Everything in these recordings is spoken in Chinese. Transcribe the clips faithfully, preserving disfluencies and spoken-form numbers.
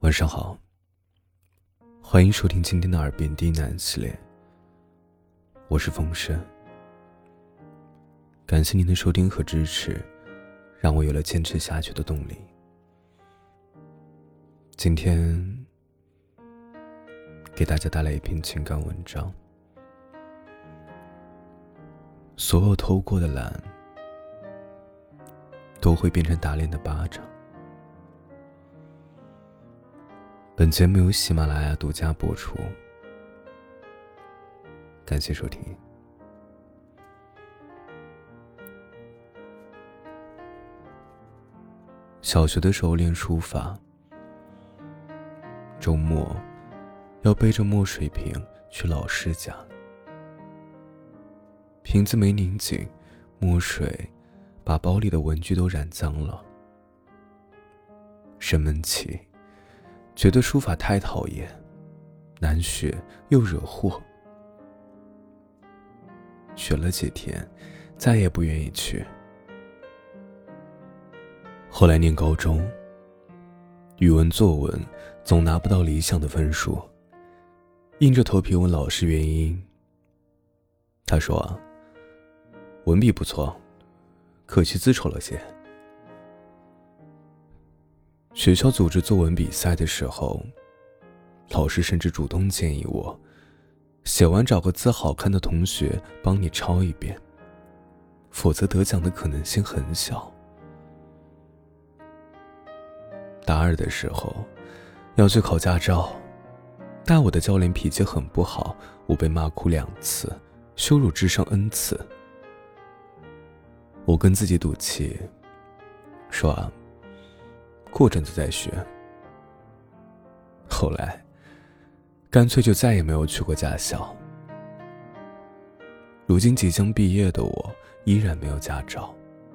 晚上好，欢迎收听今天的耳边低喃系列，我是风声。感谢您的收听和支持，让我有了坚持下去的动力。今天给大家带来一篇情感文章，所有偷过的懒都会变成打脸的巴掌。本节目由喜马拉雅独家播出，感谢收听。小学的时候练书法，周末要背着墨水瓶去老师家，瓶子没拧紧，墨水把包里的文具都染脏了。生闷气，觉得书法太讨厌，难学又惹祸。学了几天，再也不愿意去。后来念高中，语文作文总拿不到理想的分数，硬着头皮问老师原因。他说啊，文笔不错，可惜字丑了些。学校组织作文比赛的时候，老师甚至主动建议我，写完找个字好看的同学帮你抄一遍，否则得奖的可能性很小。大二的时候要去考驾照，带我的教练脾气很不好，我被骂哭两次，羞辱至上 N 次。我跟自己赌气，说啊，过阵子再学。后来干脆就再也没有去过驾校。如今即将毕业的我依然没有驾照。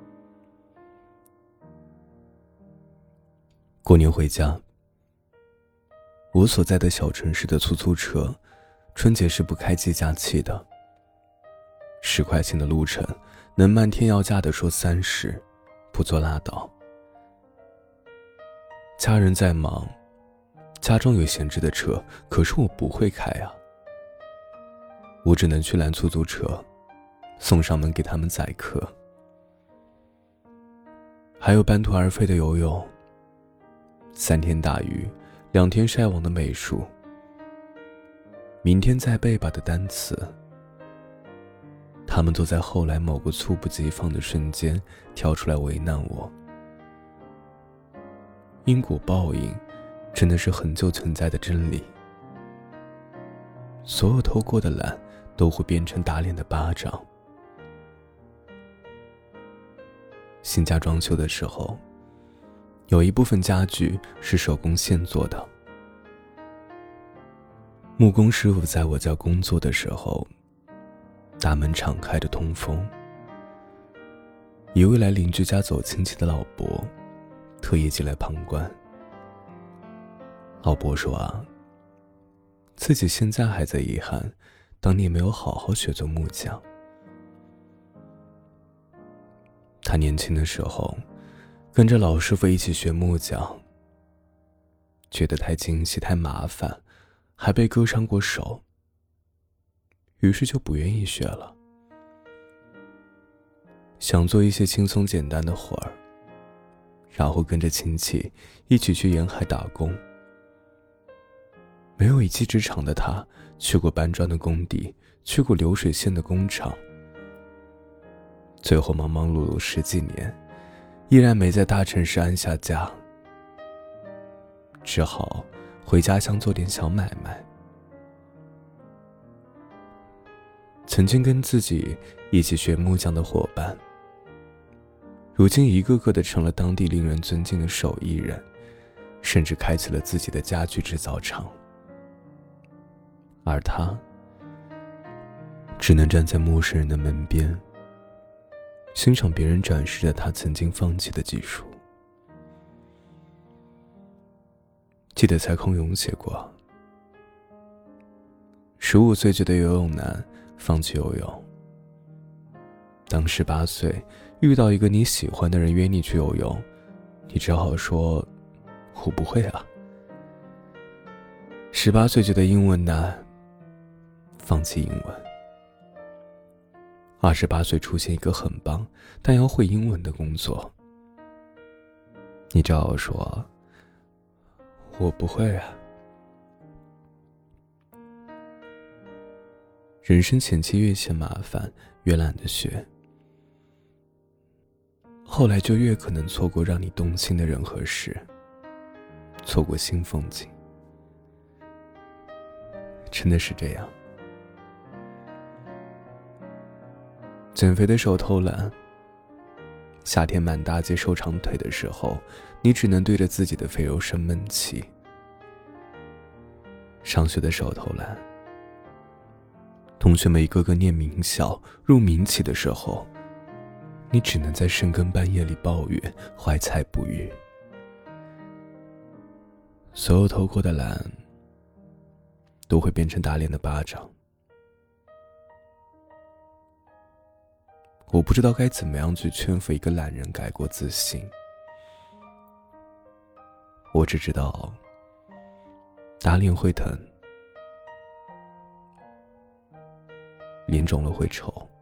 过年回家，我所在的小城市的出租车春节是不开计价器的，十块钱的路程能漫天要价的说三十，不做拉倒。家人在忙，家中有闲置的车，可是我不会开啊，我只能去拦出租车，送上门给他们载客。还有半途而废的游泳，三天打鱼两天晒网的美术，明天再背吧的单词，他们都在后来某个猝不及防的瞬间跳出来为难我。因果报应真的是很久存在的真理，所有偷过的懒都会变成打脸的巴掌。新家装修的时候，有一部分家具是手工现做的。木工师傅在我家工作的时候，大门敞开的通风。一位来邻居家走亲戚的老伯特意进来旁观。老伯说啊，自己现在还在遗憾当年没有好好学做木匠。他年轻的时候跟着老师傅一起学木匠，觉得太精细太麻烦，还被割伤过手，于是就不愿意学了，想做一些轻松简单的活儿，然后跟着亲戚一起去沿海打工。没有一技之长的他，去过搬砖的工地，去过流水线的工厂，最后忙忙碌碌十几年，依然没在大城市安下家，只好回家乡做点小买卖。曾经跟自己一起学木匠的伙伴，如今一个个的成了当地令人尊敬的手艺人，甚至开启了自己的家具制造厂。而他只能站在陌生人的门边，欣赏别人展示着他曾经放弃的技术。记得蔡康永写过，十五岁觉得游泳难，放弃游泳。当十八岁遇到一个你喜欢的人约你去游泳，你只好说我不会啊。 十八岁觉得英文难，放弃英文。二十八岁出现一个很棒但要会英文的工作，你照我说，我不会啊。人生前期越嫌麻烦，越懒得学，后来就越可能错过让你动心的人和事，错过新风景。真的是这样。减肥的时候偷懒，夏天满大街瘦长腿的时候，你只能对着自己的肥肉生闷气。上学的时候偷懒，同学们一个个念名校入民企的时候，你只能在深更半夜里抱怨怀才不遇。所有偷过的懒都会变成打脸的巴掌。我不知道该怎么样去劝服一个懒人改过自新，我只知道打脸会疼，脸肿了会丑。